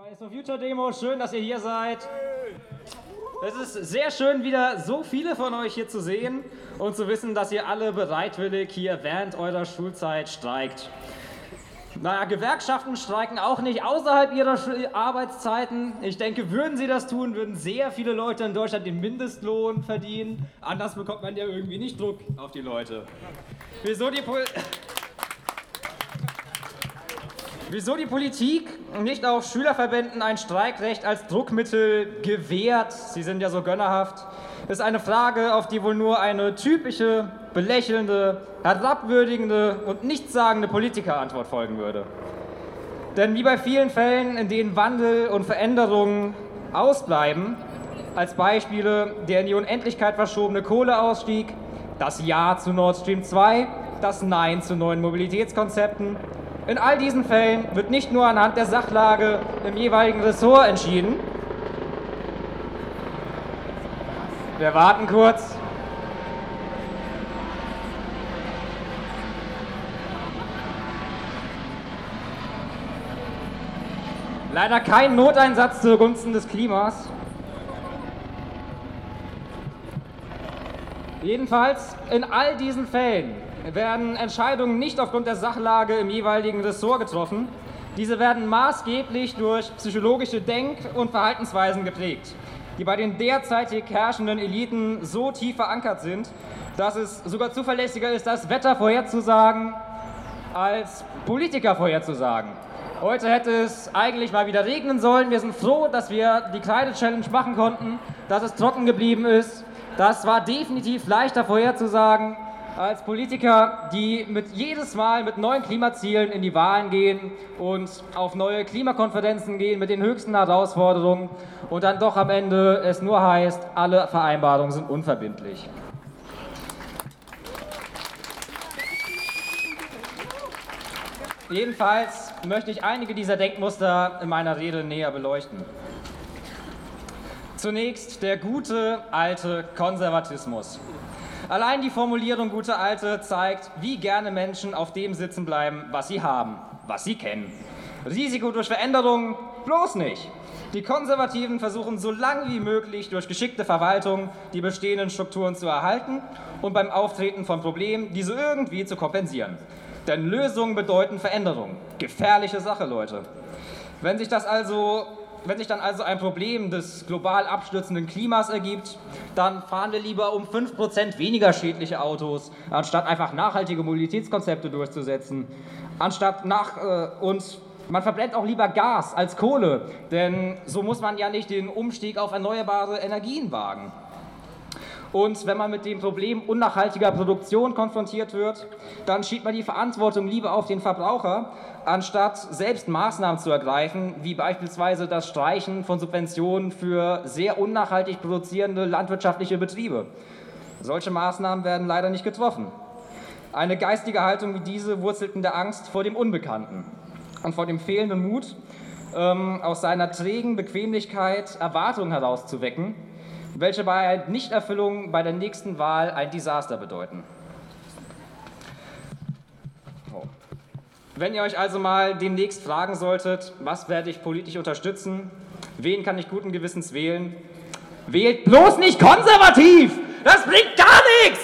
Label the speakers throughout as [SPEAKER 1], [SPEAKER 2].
[SPEAKER 1] Fridays for Future Demo, schön, dass ihr hier seid. Es ist sehr schön, wieder so viele von euch hier zu sehen und zu wissen, dass ihr alle bereitwillig hier während eurer Schulzeit streikt. Naja, Gewerkschaften streiken auch nicht außerhalb ihrer Arbeitszeiten. Ich denke, würden sie das tun, würden sehr viele Leute in Deutschland den Mindestlohn verdienen. Anders bekommt man ja irgendwie nicht Druck auf die Leute. Wieso die Politik nicht auch Schülerverbänden ein Streikrecht als Druckmittel gewährt, sie sind ja so gönnerhaft, ist eine Frage, auf die wohl nur eine typische, belächelnde, herabwürdigende und nichtssagende Politikerantwort folgen würde. Denn wie bei vielen Fällen, in denen Wandel und Veränderungen ausbleiben, als Beispiele der in die Unendlichkeit verschobene Kohleausstieg, das Ja zu Nord Stream 2, das Nein zu neuen Mobilitätskonzepten, in all diesen Fällen wird nicht nur anhand der Sachlage im jeweiligen Ressort entschieden. Wir warten kurz. Leider kein Noteinsatz zugunsten des Klimas. Jedenfalls in all diesen Fällen werden Entscheidungen nicht aufgrund der Sachlage im jeweiligen Ressort getroffen. Diese werden maßgeblich durch psychologische Denk- und Verhaltensweisen geprägt, die bei den derzeitig herrschenden Eliten so tief verankert sind, dass es sogar zuverlässiger ist, das Wetter vorherzusagen, als Politiker vorherzusagen. Heute hätte es eigentlich mal wieder regnen sollen. Wir sind froh, dass wir die Kreide-Challenge machen konnten, dass es trocken geblieben ist. Das war definitiv leichter vorherzusagen als Politiker, die jedes Mal mit neuen Klimazielen in die Wahlen gehen und auf neue Klimakonferenzen gehen mit den höchsten Herausforderungen und dann doch am Ende es nur heißt, alle Vereinbarungen sind unverbindlich. Jedenfalls möchte ich einige dieser Denkmuster in meiner Rede näher beleuchten. Zunächst der gute alte Konservatismus. Allein die Formulierung gute alte zeigt, wie gerne Menschen auf dem sitzen bleiben, was sie haben, was sie kennen. Risiko durch Veränderung bloß nicht. Die Konservativen versuchen so lange wie möglich durch geschickte Verwaltung die bestehenden Strukturen zu erhalten und beim Auftreten von Problemen diese irgendwie zu kompensieren. Denn Lösungen bedeuten Veränderung. Gefährliche Sache, Leute. Wenn sich dann also ein Problem des global abstürzenden Klimas ergibt, dann fahren wir lieber um 5% weniger schädliche Autos, anstatt einfach nachhaltige Mobilitätskonzepte durchzusetzen. Und man verbrennt auch lieber Gas als Kohle, denn so muss man ja nicht den Umstieg auf erneuerbare Energien wagen. Und wenn man mit dem Problem unnachhaltiger Produktion konfrontiert wird, dann schiebt man die Verantwortung lieber auf den Verbraucher, anstatt selbst Maßnahmen zu ergreifen, wie beispielsweise das Streichen von Subventionen für sehr unnachhaltig produzierende landwirtschaftliche Betriebe. Solche Maßnahmen werden leider nicht getroffen. Eine geistige Haltung wie diese wurzelt in der Angst vor dem Unbekannten und vor dem fehlenden Mut, aus seiner trägen Bequemlichkeit Erwartungen herauszuwecken, welche bei Nichterfüllung bei der nächsten Wahl ein Desaster bedeuten. Wenn ihr euch also mal demnächst fragen solltet, was werde ich politisch unterstützen, wen kann ich guten Gewissens wählen, wählt bloß nicht konservativ! Das bringt gar nichts!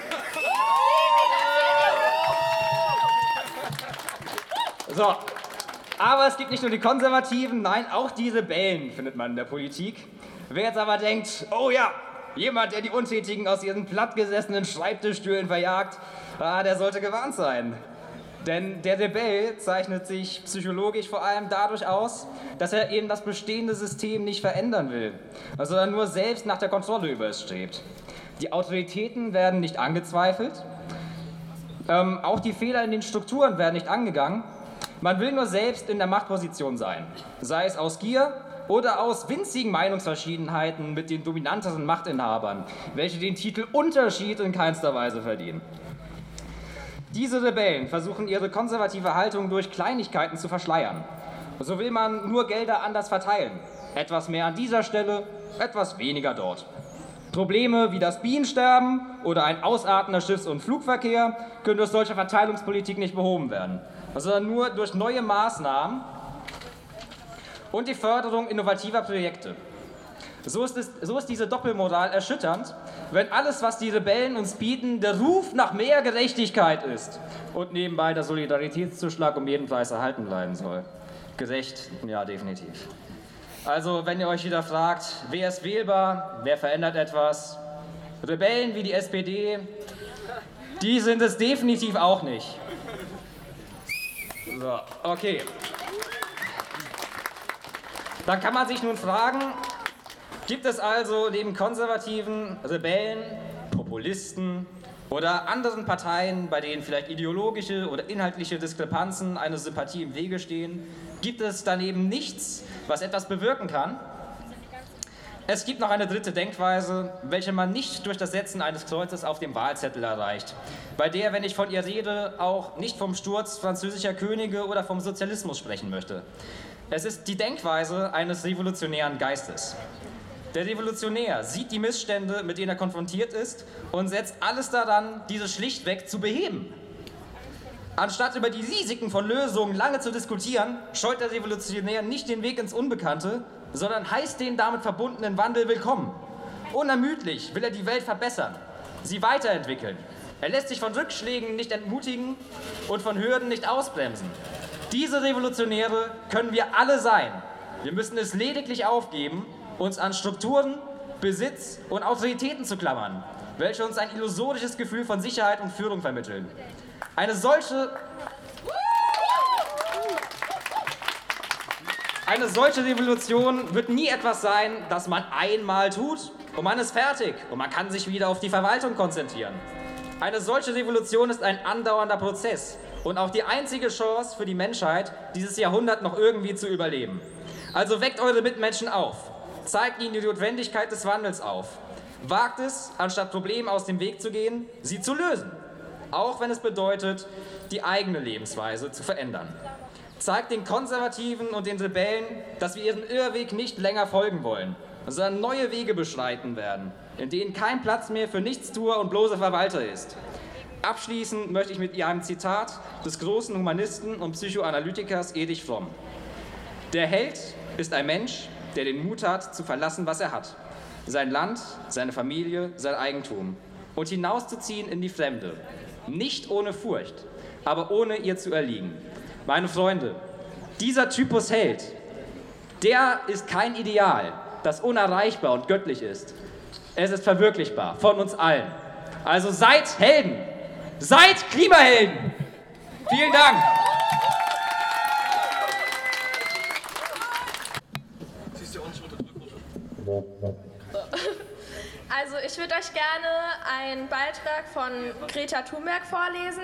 [SPEAKER 1] So, aber es gibt nicht nur die Konservativen, nein, auch die Rebellen findet man in der Politik. Wer jetzt aber denkt, oh ja, jemand, der die Untätigen aus ihren plattgesessenen Schreibtischstühlen verjagt, der sollte gewarnt sein. Denn der Rebell zeichnet sich psychologisch vor allem dadurch aus, dass er eben das bestehende System nicht verändern will, sondern nur selbst nach der Kontrolle über es strebt. Die Autoritäten werden nicht angezweifelt, auch die Fehler in den Strukturen werden nicht angegangen. Man will nur selbst in der Machtposition sein, sei es aus Gier oder aus winzigen Meinungsverschiedenheiten mit den dominanteren Machtinhabern, welche den Titel Unterschied in keinster Weise verdienen. Diese Rebellen versuchen ihre konservative Haltung durch Kleinigkeiten zu verschleiern. So will man nur Gelder anders verteilen. Etwas mehr an dieser Stelle, etwas weniger dort. Probleme wie das Bienensterben oder ein ausartender Schiffs- und Flugverkehr können durch solche Verteilungspolitik nicht behoben werden, sondern nur durch neue Maßnahmen und die Förderung innovativer Projekte. So ist diese Doppelmoral erschütternd, wenn alles, was die Rebellen uns bieten, der Ruf nach mehr Gerechtigkeit ist und nebenbei der Solidaritätszuschlag um jeden Preis erhalten bleiben soll. Gerecht? Ja, definitiv. Also, wenn ihr euch wieder fragt, wer ist wählbar, wer verändert etwas, Rebellen wie die SPD, die sind es definitiv auch nicht. So, okay. Dann kann man sich nun fragen, gibt es also neben Konservativen, Rebellen, Populisten oder anderen Parteien, bei denen vielleicht ideologische oder inhaltliche Diskrepanzen einer Sympathie im Wege stehen, gibt es daneben nichts, was etwas bewirken kann? Es gibt noch eine dritte Denkweise, welche man nicht durch das Setzen eines Kreuzes auf dem Wahlzettel erreicht, bei der, wenn ich von ihr rede, auch nicht vom Sturz französischer Könige oder vom Sozialismus sprechen möchte. Es ist die Denkweise eines revolutionären Geistes. Der Revolutionär sieht die Missstände, mit denen er konfrontiert ist, und setzt alles daran, diese schlichtweg zu beheben. Anstatt über die Risiken von Lösungen lange zu diskutieren, scheut der Revolutionär nicht den Weg ins Unbekannte, sondern heißt den damit verbundenen Wandel willkommen. Unermüdlich will er die Welt verbessern, sie weiterentwickeln. Er lässt sich von Rückschlägen nicht entmutigen und von Hürden nicht ausbremsen. Diese Revolutionäre können wir alle sein. Wir müssen es lediglich aufgeben, uns an Strukturen, Besitz und Autoritäten zu klammern, welche uns ein illusorisches Gefühl von Sicherheit und Führung vermitteln. Eine solche Revolution wird nie etwas sein, das man einmal tut und man ist fertig und man kann sich wieder auf die Verwaltung konzentrieren. Eine solche Revolution ist ein andauernder Prozess und auch die einzige Chance für die Menschheit, dieses Jahrhundert noch irgendwie zu überleben. Also weckt eure Mitmenschen auf. Zeigt ihnen die Notwendigkeit des Wandels auf. Wagt es, anstatt Problemen aus dem Weg zu gehen, sie zu lösen. Auch wenn es bedeutet, die eigene Lebensweise zu verändern. Zeigt den Konservativen und den Rebellen, dass wir ihren Irrweg nicht länger folgen wollen, sondern neue Wege beschreiten werden, in denen kein Platz mehr für Nichtstuer und bloße Verwalter ist. Abschließen möchte ich mit einem Zitat des großen Humanisten und Psychoanalytikers Erich Fromm. Der Held ist ein Mensch, der den Mut hat, zu verlassen, was er hat. Sein Land, seine Familie, sein Eigentum. Und hinauszuziehen in die Fremde. Nicht ohne Furcht, aber ohne ihr zu erliegen. Meine Freunde, dieser Typus Held, der ist kein Ideal, das unerreichbar und göttlich ist. Es ist verwirklichbar, von uns allen. Also seid Helden! Seid Klimahelden! Vielen Dank!
[SPEAKER 2] Also ich würde euch gerne einen Beitrag von Greta Thunberg vorlesen.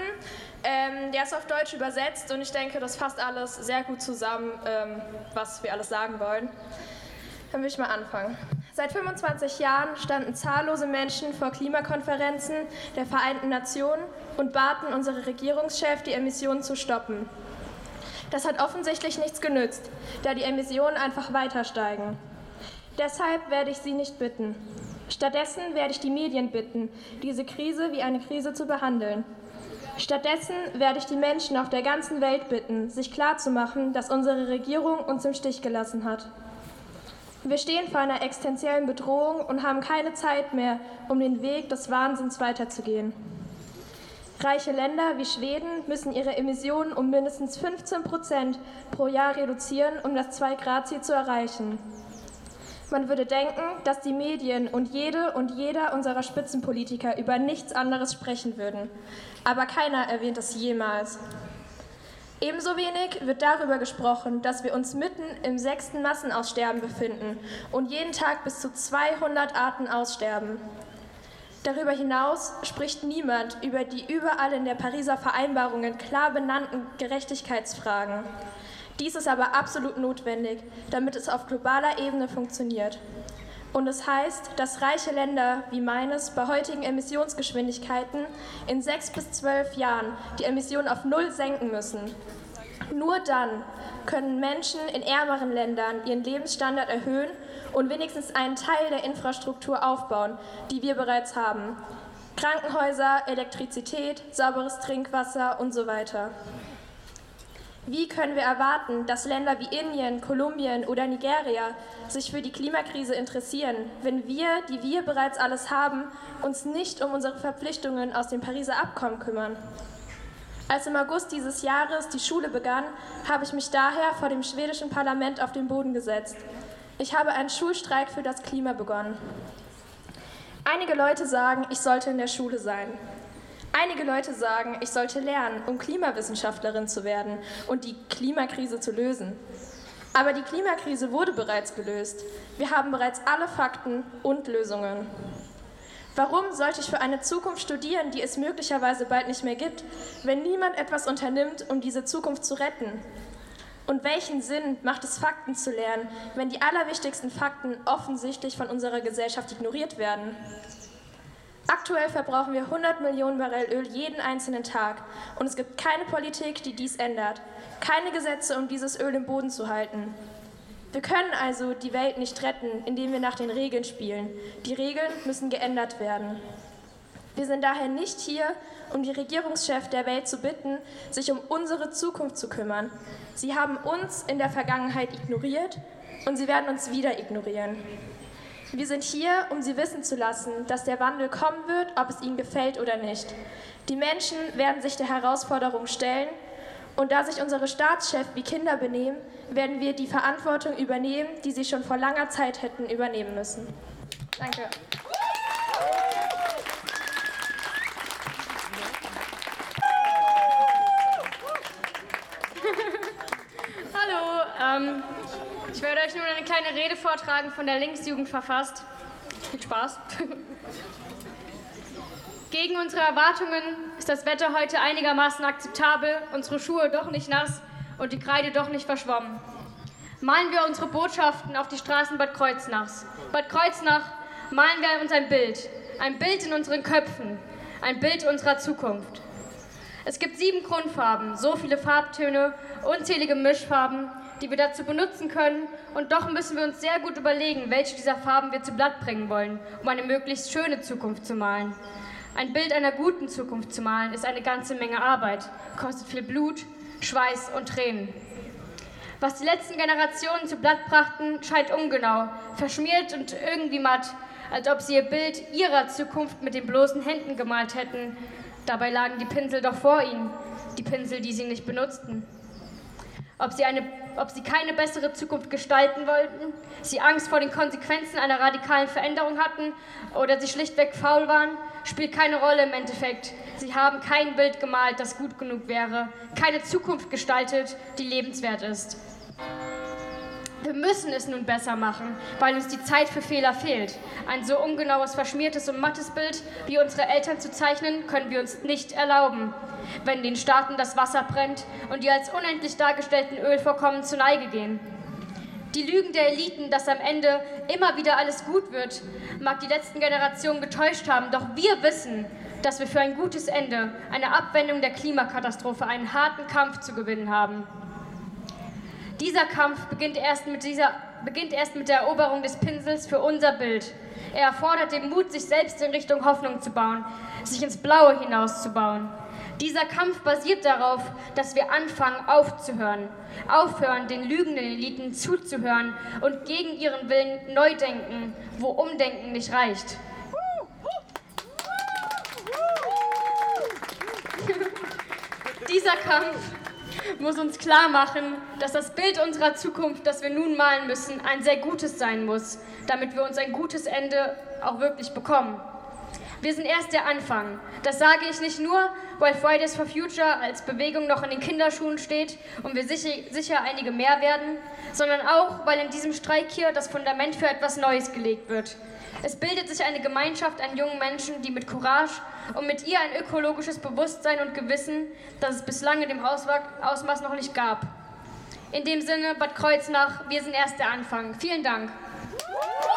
[SPEAKER 2] Der ist auf Deutsch übersetzt und ich denke, das fasst alles sehr gut zusammen, was wir alles sagen wollen. Dann will ich mal anfangen. Seit 25 Jahren standen zahllose Menschen vor Klimakonferenzen der Vereinten Nationen und baten unsere Regierungschefs, die Emissionen zu stoppen. Das hat offensichtlich nichts genützt, da die Emissionen einfach weiter steigen. Deshalb werde ich Sie nicht bitten. Stattdessen werde ich die Medien bitten, diese Krise wie eine Krise zu behandeln. Stattdessen werde ich die Menschen auf der ganzen Welt bitten, sich klarzumachen, dass unsere Regierung uns im Stich gelassen hat. Wir stehen vor einer existenziellen Bedrohung und haben keine Zeit mehr, um den Weg des Wahnsinns weiterzugehen. Reiche Länder wie Schweden müssen ihre Emissionen um mindestens 15% pro Jahr reduzieren, um das 2-Grad-Ziel zu erreichen. Man würde denken, dass die Medien und jede und jeder unserer Spitzenpolitiker über nichts anderes sprechen würden. Aber keiner erwähnt es jemals. Ebenso wenig wird darüber gesprochen, dass wir uns mitten im 6. Massenaussterben befinden und jeden Tag bis zu 200 Arten aussterben. Darüber hinaus spricht niemand über die überall in der Pariser Vereinbarungen klar benannten Gerechtigkeitsfragen. Dies ist aber absolut notwendig, damit es auf globaler Ebene funktioniert. Und es heißt, dass reiche Länder wie meines bei heutigen Emissionsgeschwindigkeiten in 6 bis 12 Jahren die Emissionen auf 0 senken müssen. Nur dann können Menschen in ärmeren Ländern ihren Lebensstandard erhöhen und wenigstens einen Teil der Infrastruktur aufbauen, die wir bereits haben. Krankenhäuser, Elektrizität, sauberes Trinkwasser und so weiter. Wie können wir erwarten, dass Länder wie Indien, Kolumbien oder Nigeria sich für die Klimakrise interessieren, wenn wir, die wir bereits alles haben, uns nicht um unsere Verpflichtungen aus dem Pariser Abkommen kümmern? Als im August dieses Jahres die Schule begann, habe ich mich daher vor dem schwedischen Parlament auf den Boden gesetzt. Ich habe einen Schulstreik für das Klima begonnen. Einige Leute sagen, ich sollte in der Schule sein. Einige Leute sagen, ich sollte lernen, um Klimawissenschaftlerin zu werden und die Klimakrise zu lösen. Aber die Klimakrise wurde bereits gelöst. Wir haben bereits alle Fakten und Lösungen. Warum sollte ich für eine Zukunft studieren, die es möglicherweise bald nicht mehr gibt, wenn niemand etwas unternimmt, um diese Zukunft zu retten? Und welchen Sinn macht es, Fakten zu lernen, wenn die allerwichtigsten Fakten offensichtlich von unserer Gesellschaft ignoriert werden? Aktuell verbrauchen wir 100 Millionen Barrel Öl jeden einzelnen Tag und es gibt keine Politik, die dies ändert, keine Gesetze, um dieses Öl im Boden zu halten. Wir können also die Welt nicht retten, indem wir nach den Regeln spielen. Die Regeln müssen geändert werden. Wir sind daher nicht hier, um die Regierungschefs der Welt zu bitten, sich um unsere Zukunft zu kümmern. Sie haben uns in der Vergangenheit ignoriert und sie werden uns wieder ignorieren. Wir sind hier, um sie wissen zu lassen, dass der Wandel kommen wird, ob es ihnen gefällt oder nicht. Die Menschen werden sich der Herausforderung stellen und da sich unsere Staatschefs wie Kinder benehmen, werden wir die Verantwortung übernehmen, die sie schon vor langer Zeit hätten übernehmen müssen. Danke.
[SPEAKER 3] Hallo, ich werde euch nun eine kleine Rede vortragen von der Linksjugend verfasst. Viel Spaß. Gegen unsere Erwartungen ist das Wetter heute einigermaßen akzeptabel, unsere Schuhe doch nicht nass und die Kreide doch nicht verschwommen. Malen wir unsere Botschaften auf die Straßen Bad Kreuznachs. Bad Kreuznach malen wir uns ein Bild in unseren Köpfen, ein Bild unserer Zukunft. Es gibt 7 Grundfarben, so viele Farbtöne, unzählige Mischfarben, die wir dazu benutzen können, und doch müssen wir uns sehr gut überlegen, welche dieser Farben wir zu Blatt bringen wollen, um eine möglichst schöne Zukunft zu malen. Ein Bild einer guten Zukunft zu malen ist eine ganze Menge Arbeit, kostet viel Blut, Schweiß und Tränen. Was die letzten Generationen zu Blatt brachten, scheint ungenau, verschmiert und irgendwie matt, als ob sie ihr Bild ihrer Zukunft mit den bloßen Händen gemalt hätten. Dabei lagen die Pinsel doch vor ihnen, die Pinsel, die sie nicht benutzten. Ob sie keine bessere Zukunft gestalten wollten, sie Angst vor den Konsequenzen einer radikalen Veränderung hatten oder sie schlichtweg faul waren, spielt keine Rolle im Endeffekt. Sie haben kein Bild gemalt, das gut genug wäre, keine Zukunft gestaltet, die lebenswert ist. Wir müssen es nun besser machen, weil uns die Zeit für Fehler fehlt. Ein so ungenaues, verschmiertes und mattes Bild wie unsere Eltern zu zeichnen, können wir uns nicht erlauben, wenn in den Staaten das Wasser brennt und die als unendlich dargestellten Ölvorkommen zur Neige gehen. Die Lügen der Eliten, dass am Ende immer wieder alles gut wird, mag die letzten Generationen getäuscht haben, doch wir wissen, dass wir für ein gutes Ende, eine Abwendung der Klimakatastrophe, einen harten Kampf zu gewinnen haben. Dieser Kampf beginnt erst mit der Eroberung des Pinsels für unser Bild. Er erfordert den Mut, sich selbst in Richtung Hoffnung zu bauen, sich ins Blaue hinauszubauen. Dieser Kampf basiert darauf, dass wir anfangen aufhören, den lügenden Eliten zuzuhören und gegen ihren Willen neu denken, wo Umdenken nicht reicht. Dieser Kampf muss uns klar machen, dass das Bild unserer Zukunft, das wir nun malen müssen, ein sehr gutes sein muss, damit wir uns ein gutes Ende auch wirklich bekommen. Wir sind erst der Anfang. Das sage ich nicht nur, weil Fridays for Future als Bewegung noch in den Kinderschuhen steht und wir sicher einige mehr werden, sondern auch, weil in diesem Streik hier das Fundament für etwas Neues gelegt wird. Es bildet sich eine Gemeinschaft an jungen Menschen, die mit Courage und mit ihr ein ökologisches Bewusstsein und Gewissen, das es bislang in dem Ausmaß noch nicht gab. In dem Sinne, Bad Kreuznach, wir sind erst der Anfang. Vielen Dank.